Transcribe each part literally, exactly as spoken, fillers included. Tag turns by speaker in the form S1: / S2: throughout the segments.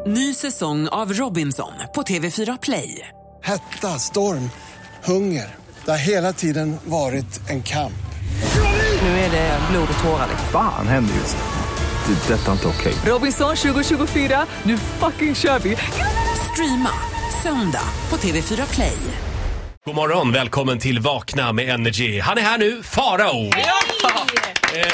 S1: Ny säsong av Robinson på T V fyra Play.
S2: Hetta, storm, hunger. Det har hela tiden varit en kamp.
S1: Nu är det blod och tårar.
S3: Fan händer just det. Det är detta inte okej.
S1: Robinson tjugo tjugofyra, nu fucking kör vi. Streama söndag på T V fyra Play.
S4: God morgon, välkommen till Vakna med Energy. Han är här nu, Farao. Ja! Eh,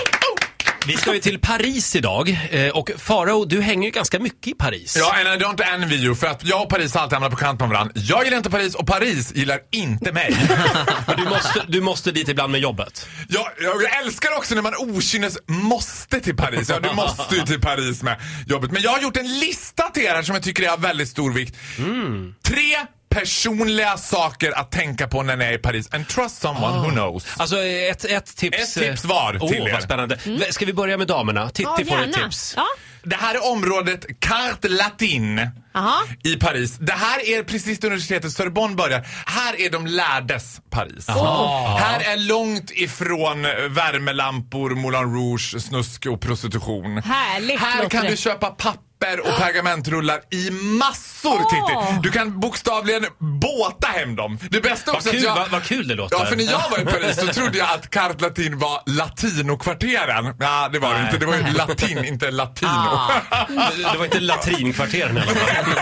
S4: vi ska ju till Paris idag. Eh, och Farao, du hänger ju ganska mycket i Paris.
S5: Ja, and I don't envy you. För att jag och Paris har alltid hamnat på kant med varandra. Jag gillar inte Paris och Paris gillar inte mig.
S4: Men du måste, du måste dit ibland med jobbet.
S5: Ja, jag älskar också när man okynnes måste till Paris. Ja, du måste ju till Paris med jobbet. Men jag har gjort en lista till er som jag tycker är av väldigt stor vikt. Mm. Tre personliga saker att tänka på när ni är i Paris. And trust someone oh. who knows.
S4: Alltså ett, ett tips.
S5: Ett tips var till
S4: oh,
S5: er.
S4: Vad spännande. Mm. Ska vi börja med damerna? Titti ja, får ett tips.
S6: Ja.
S5: Det här är området Carte Latine
S6: Aha.
S5: i Paris. Det här är precis där universitetet Sorbonne börjar. Här är de lärdes Paris.
S4: Oh.
S5: Här är långt ifrån värmelampor, Moulin Rouge, snusk och prostitution.
S6: Härligt.
S5: Här kan
S6: det.
S5: du köpa papper och pergamentrullar i massor, oh. Titti. Du kan bokstavligen båta hem dem. Det bästa också
S4: vad kul,
S5: att jag...
S4: vad, vad kul det låter.
S5: Ja, för när jag var i Paris så trodde jag att Carte Latine var latinokvarteren. Ja, det var det inte. Det var ju latin, inte latino.
S4: Ah. Det var inte latrinkvarteren i alla fall.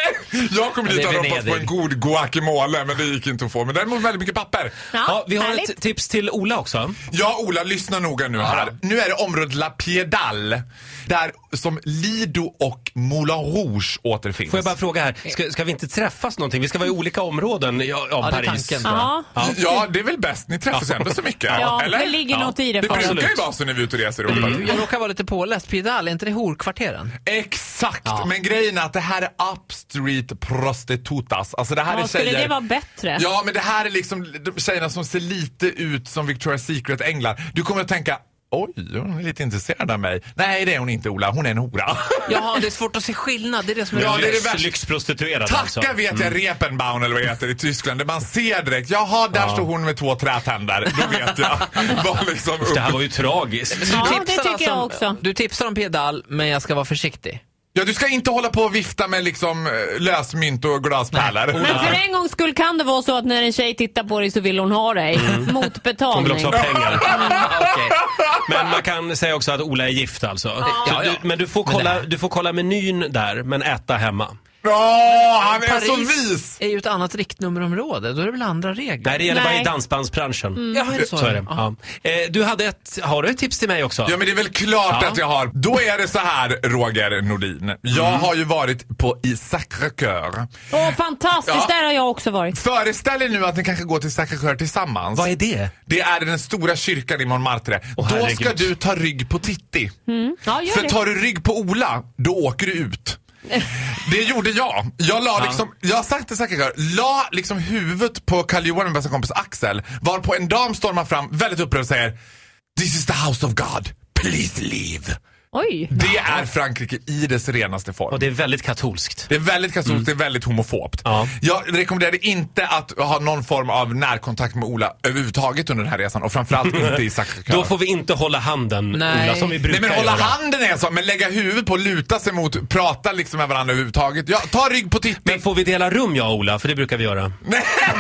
S5: Jag kom dit och hoppats på en god guacamole, men det gick inte att få. Men däremot väldigt mycket papper.
S6: Ja,
S4: ja, vi har
S6: härligt.
S4: ett tips till Ola också.
S5: Ja, Ola, lyssna noga nu här. Ja. Nu är det området La Piedale, där som Lido och Moulin Rouge återfinns.
S4: Får jag bara fråga här, ska, ska vi inte träffas någonting? Vi ska vara i olika områden av
S7: ja,
S4: Paris.
S7: Tanken,
S6: ja.
S5: Ja. ja, det är väl bäst. Ni träffas ändå så mycket.
S6: Ja,
S5: eller?
S6: det ligger
S5: ja.
S6: något i det.
S5: Det brukar
S4: Absolut.
S5: ju vara så när vi är ute och reser i Europa.
S7: Mm. Jag råkar vara lite påläst. Piedal, är inte det horkvarteren?
S5: Exakt,
S7: ja.
S5: Men grejen är att det här är upstreet prostitutas. Alltså det här
S6: ja,
S5: är
S6: skulle
S5: tjejer...
S6: det vara bättre?
S5: Ja, men det här är liksom de tjejerna som ser lite ut som Victoria's Secret-änglar. Du kommer att tänka... Oj, hon är lite intresserad av mig. Nej, det är hon inte, Ola. Hon är en hora.
S7: Ja, det är svårt att se skillnad. Det är det som är
S5: ja,
S7: det.
S5: Det är det värsta.
S4: Lyxprostituerad
S5: Tacka
S4: alltså.
S5: vet jag, mm. Reepenbaum eller vad det heter i Tyskland. Där man ser direkt, jaha, där ja. står hon med två trätänder. Då vet jag. Var liksom upp.
S4: Det här var ju tragiskt.
S6: Ja, det tycker alltså, jag också.
S7: Du tipsar om Piedal, men jag ska vara försiktig.
S5: Ja, du ska inte hålla på och vifta med liksom lösmynt och glaspärlor.
S6: Men för en gång skull kan det vara så att när en tjej tittar på dig så vill hon ha dig. Mm. Mot betalning.
S4: Hon vill också ha pengar.
S6: Mm.
S4: Okay. Men man kan säga också att Ola är gift alltså. Ja.
S7: Ja, ja.
S4: Du, men du får, kolla, du får kolla menyn där, men äta hemma.
S5: Ja, han är
S7: Paris
S5: så vis.
S7: Är ju ett annat riktnummerområde. Då är det väl andra regler.
S4: Nej, det gäller
S6: Nej.
S4: bara i dansbandsbranschen.
S7: Mm. Ja, är det så?
S4: så är det. Ja. Eh, du hade ett, har du ett tips till mig också?
S5: Ja, men det är väl klart
S4: ja.
S5: att jag har. Då är det så här, Roger Nordin. Jag mm. har ju varit på i Sacré-Cœur.
S6: Åh, fantastiskt. Ja. Där har jag också varit.
S5: Föreställ er nu att ni kanske går till Sacré-Cœur tillsammans.
S4: Vad är det?
S5: Det är den stora kyrkan i Montmartre.
S4: Oh,
S5: då
S4: herregud.
S5: ska du ta rygg på Titti.
S6: Mm. Ja, gör
S5: För
S6: det.
S5: tar du rygg på Ola, då åker du ut. Det gjorde jag. Jag la liksom, jag har sagt det säkert, la liksom huvudet på Karl Johan, min bästa kompis Axel, var på en dam stormar fram väldigt upprörd och säger: "This is the house of God, please leave."
S6: Oj.
S5: Det är Frankrike i dess renaste form.
S4: Och det är väldigt katolskt.
S5: Det är väldigt katolskt, mm. det är väldigt homofobt.
S4: Ja.
S5: Jag rekommenderar inte att ha någon form av närkontakt med Ola överhuvudtaget under den här resan. Och framförallt inte i Sacré-Cœur.
S4: Då får vi inte hålla handen,
S7: Nej.
S4: Ola, som vi brukar
S5: Nej, men hålla
S4: göra.
S5: handen är så, men lägga huvudet på, luta sig mot, prata liksom med varandra överhuvudtaget. Ja, ta rygg på Titti.
S4: Men får vi dela rum, jag och Ola? För det brukar vi göra.
S5: Nej!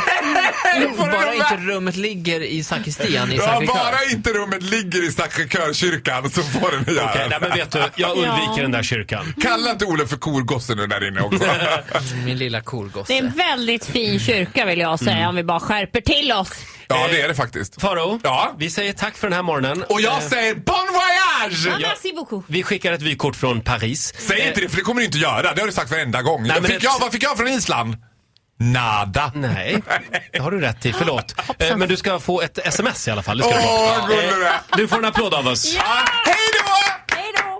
S7: Bara inte rummet ligger i sakristian i
S5: Ja,
S7: Sacré-Cœur.
S5: bara inte rummet ligger i Sacré-Cœur-kyrkan så får den göra.
S4: Okej, nej, men vet du, jag undviker
S6: Ja.
S4: den där kyrkan.
S5: Kalla inte Ola för korgossen nu där inne också.
S7: Min lilla korgosse.
S6: Det är en väldigt fin kyrka vill jag säga, mm. om vi bara skärper till oss.
S5: Ja, det är det faktiskt.
S4: Farao,
S5: Ja.
S4: vi säger tack för den här morgonen.
S5: Och jag
S4: Eh,
S5: säger bon voyage!
S6: Ja, merci beaucoup.
S4: Vi skickar ett vykort från Paris.
S5: Säg inte det, för det kommer du inte göra. Det har du sagt varenda gång.
S4: Nej, men
S5: fick
S4: ett-
S5: jag, vad fick jag från Island? Nada.
S4: Nej, det har du rätt i, förlåt. Eh, Men du ska få ett sms i alla fall. Det ska du få.
S5: Åh, gullig.
S4: Du får en applåd av oss.
S6: Ja.
S5: Ah, hej då!
S6: Hej då.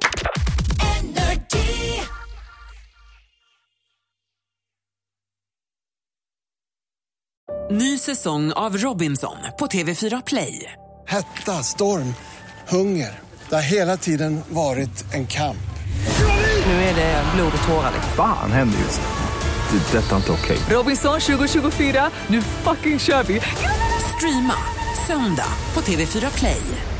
S1: Ny säsong av Robinson på T V fyra Play.
S2: Hetta, storm, hunger. Det har hela tiden varit en kamp.
S1: Nu är det blod och tårar.
S3: Fan händer just det. Det är detta inte okej.
S1: Robinson tjugo tjugofyra, nu fucking kör vi. Streama söndag på T V fyra Play.